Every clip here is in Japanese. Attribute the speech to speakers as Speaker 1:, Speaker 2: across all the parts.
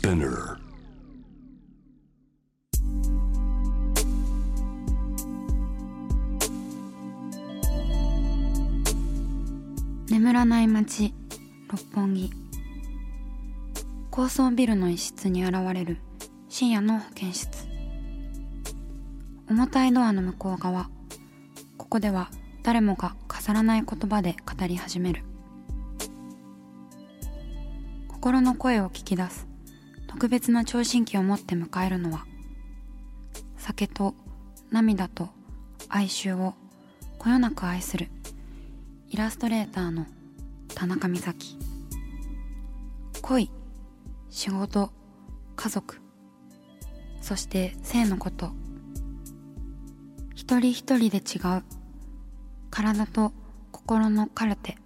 Speaker 1: Spinner。
Speaker 2: 眠らない街六本木。高層ビルの一室に現れる深夜の保健室。重たいドアの向こう側、ここでは誰もが飾らない言葉で語り始める。心の声を聞き出す特別な聴診器を持って迎えるのは、酒と涙と哀愁をこよなく愛するイラストレーターの田中美咲。恋、仕事、家族、そして性のこと、一人一人で違う体と心のカルテ。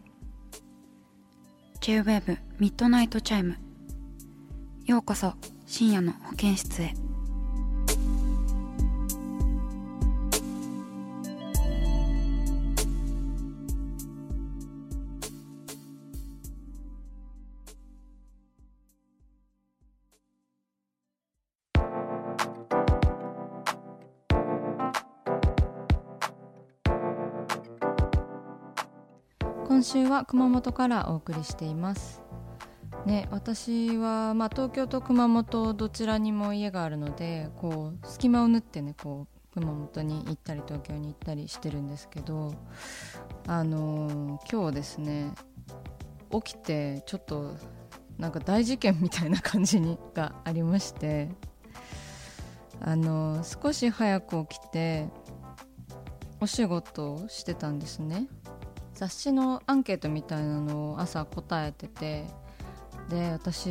Speaker 2: J-WAVE ミッドナイトチャイム。ようこそ深夜の保健室へ。
Speaker 3: 今週は熊本からお送りしていますね。私は、東京と熊本どちらにも家があるので、隙間を縫ってね、熊本に行ったり東京に行ったりしてるんですけど、今日ですね、起きてちょっとなんか大事件みたいな感じがありまして、少し早く起きてお仕事をしてたんですね。雑誌のアンケートみたいなのを朝答えてて、で私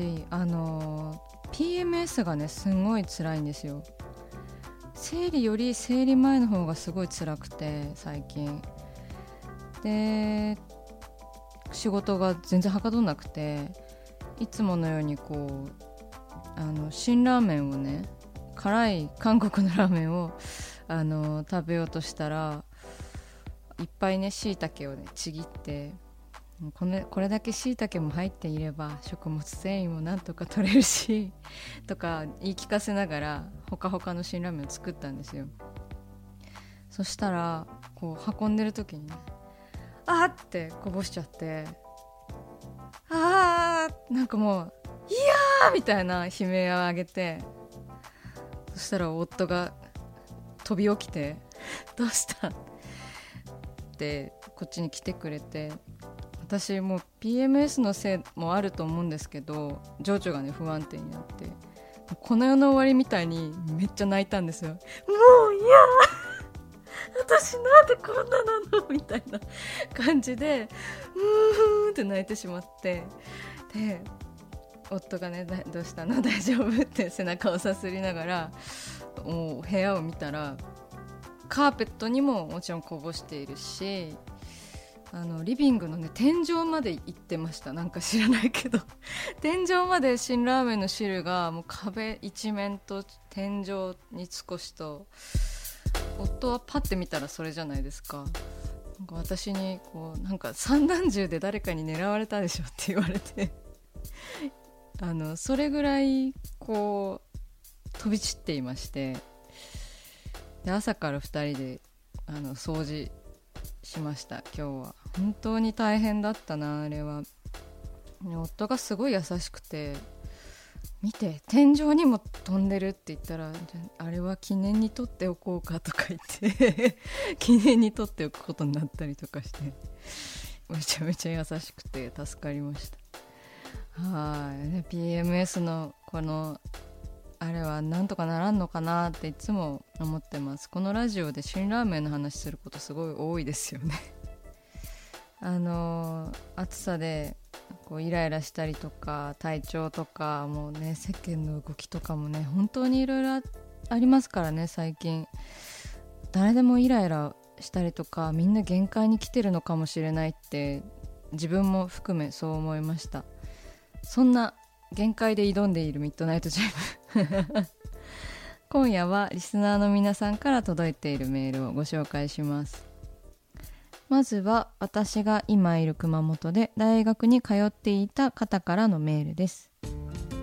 Speaker 3: PMS がねすごい辛いんですよ。生理より生理前の方がすごい辛くて、最近で仕事が全然はかどんなくて、いつものように辛ラーメンをね、辛い韓国のラーメンを食べようとしたら、いっぱいね椎茸をねちぎって、これだけ椎茸も入っていれば食物繊維もなんとか取れるしとか言い聞かせながらほかほかの辛ラーメンを作ったんですよ。そしたら運んでる時にね、あーってこぼしちゃって、なんかもういやーみたいな悲鳴を上げて、そしたら夫が飛び起きてどうしたってこっちに来てくれて、私もう PMS のせいもあると思うんですけど、情緒がね不安定になって、この世の終わりみたいにめっちゃ泣いたんですよ。もういや私なんでこんななのみたいな感じでって泣いてしまって、で夫がねどうしたの大丈夫って背中をさすりながらもう部屋を見たら、カーペットにももちろんこぼしているし、リビングのね天井まで行ってました。なんか知らないけど天井まで辛ラーメンの汁がもう壁一面と天井に少しと、夫はパッて見たらそれじゃないですか。なんか私になんか散弾銃で誰かに狙われたでしょって言われてそれぐらい飛び散っていまして、で朝から2人で掃除しました。今日は本当に大変だったな。あれは夫がすごい優しくて、見て天井にも飛んでるって言ったら、あれは記念に撮っておこうかとか言って記念に撮っておくことになったりとかして、めちゃめちゃ優しくて助かりました。PMS のあれはなんとかならんのかなっていつも思ってます。このラジオで辛ラーメンの話することすごい多いですよね暑さでイライラしたりとか、体調とかもうね、世間の動きとかもね本当にいろいろありますからね。最近誰でもイライラしたりとか、みんな限界に来てるのかもしれないって自分も含めそう思いました。そんな限界で挑んでいるミッドナイトチャイム今夜はリスナーの皆さんから届いているメールをご紹介します。まずは私が今いる熊本で大学に通っていた方からのメールです。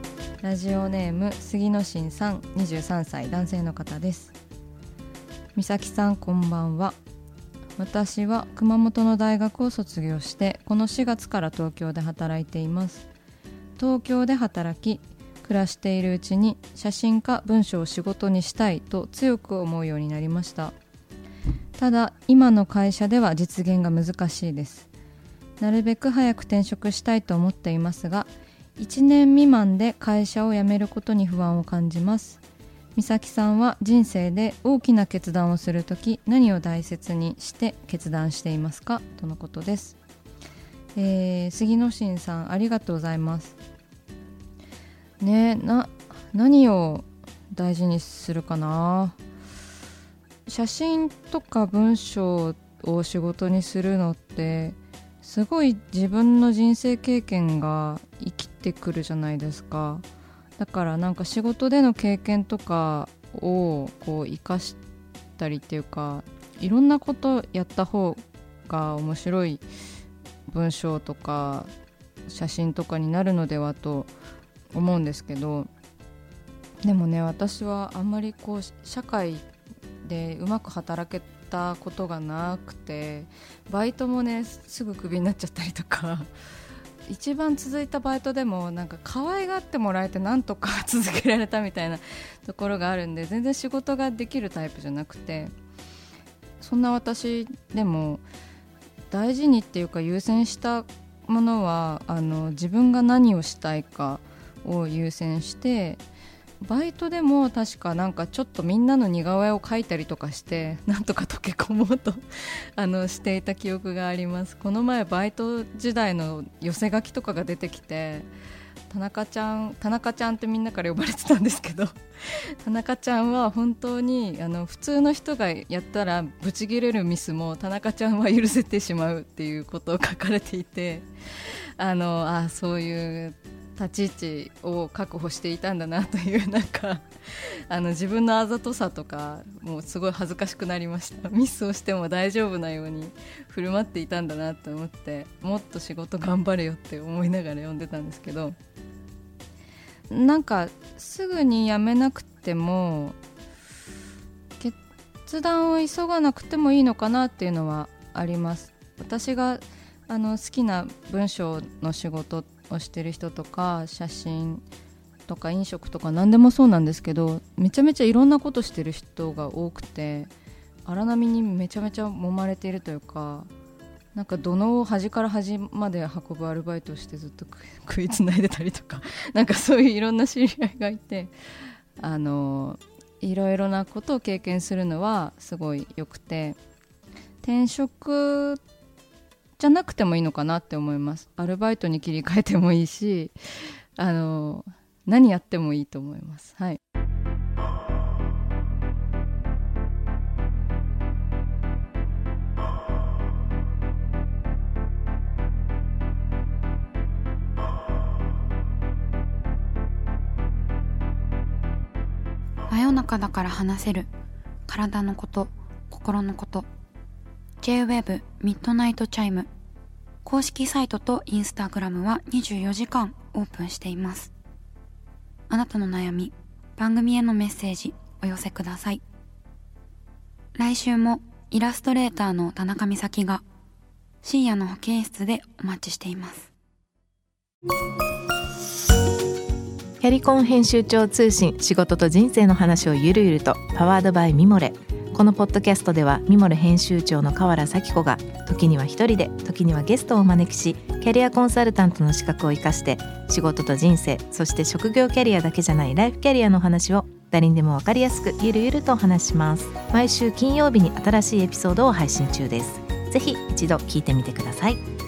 Speaker 3: ラジオネーム杉野真さん、23歳男性の方です。美咲さん、こんばんは。私は熊本の大学を卒業してこの4月から東京で働いています。東京で働き暮らしているうちに写真家文章を仕事にしたいと強く思うようになりました。ただ今の会社では実現が難しいです。なるべく早く転職したいと思っていますが、1年未満で会社を辞めることに不安を感じます。美咲さんは人生で大きな決断をするとき何を大切にして決断していますか、とのことです。杉野真さん、ありがとうございますね。何を大事にするかな。写真とか文章を仕事にするのってすごい自分の人生経験が生きてくるじゃないですか。だからなんか仕事での経験とかをこう生かしたりっていうか、いろんなことやった方が面白い文章とか写真とかになるのではと思うんですけど、でもね、私はあんまりこう社会でうまく働けたことがなくて、バイトもねすぐクビになっちゃったりとか一番続いたバイトでもなんか可愛がってもらえてなんとか続けられたみたいなところがあるんで、全然仕事ができるタイプじゃなくて、そんな私でも大事にっていうか優先したものは自分が何をしたいかを優先して、バイトでも確かなんかちょっとみんなの似顔絵を描いたりとかしてなんとか溶け込もうとしていた記憶があります。この前バイト時代の寄せ書きとかが出てきて、田中ちゃんってみんなから呼ばれてたんですけど田中ちゃんは本当に普通の人がやったらブチギレるミスも田中ちゃんは許せてしまうっていうことを書かれていて、そういう立ち位置を確保していたんだなという、なんか自分のあざとさとかもうすごい恥ずかしくなりました。ミスをしても大丈夫なように振る舞っていたんだなと思って、もっと仕事頑張れよって思いながら読んでたんですけど、なんかすぐに辞めなくても決断を急がなくてもいいのかなっていうのはあります。私が好きな文章の仕事をしてる人とか写真とか飲食とか何でもそうなんですけど、めちゃめちゃいろんなことしてる人が多くて、荒波にめちゃめちゃ揉まれているというか、なんか土のを端から端まで運ぶアルバイトをしてずっと食いつないでたりとかなんかそういういろんな知り合いがいて、いろいろなことを経験するのはすごい良くて、転職じゃなくてもいいのかなって思います。アルバイトに切り替えてもいいし、何やってもいいと思います。はい。
Speaker 2: 真夜中だから話せる体のこと、心のこと。 J-WEB ミッドナイトチャイム公式サイトとインスタグラムは24時間オープンしています。あなたの悩み、番組へのメッセージお寄せください。来週もイラストレーターの田中美咲が深夜の保健室でお待ちしています。
Speaker 1: キャリコン編集長通信、仕事と人生の話をゆるゆると、パワードバイミモレ。このポッドキャストではミモレ編集長の河原咲子が時には一人で、時にはゲストをお招きし、キャリアコンサルタントの資格を生かして仕事と人生、そして職業キャリアだけじゃないライフキャリアの話を誰にでも分かりやすくゆるゆるとお話します。毎週金曜日に新しいエピソードを配信中です。ぜひ一度聞いてみてください。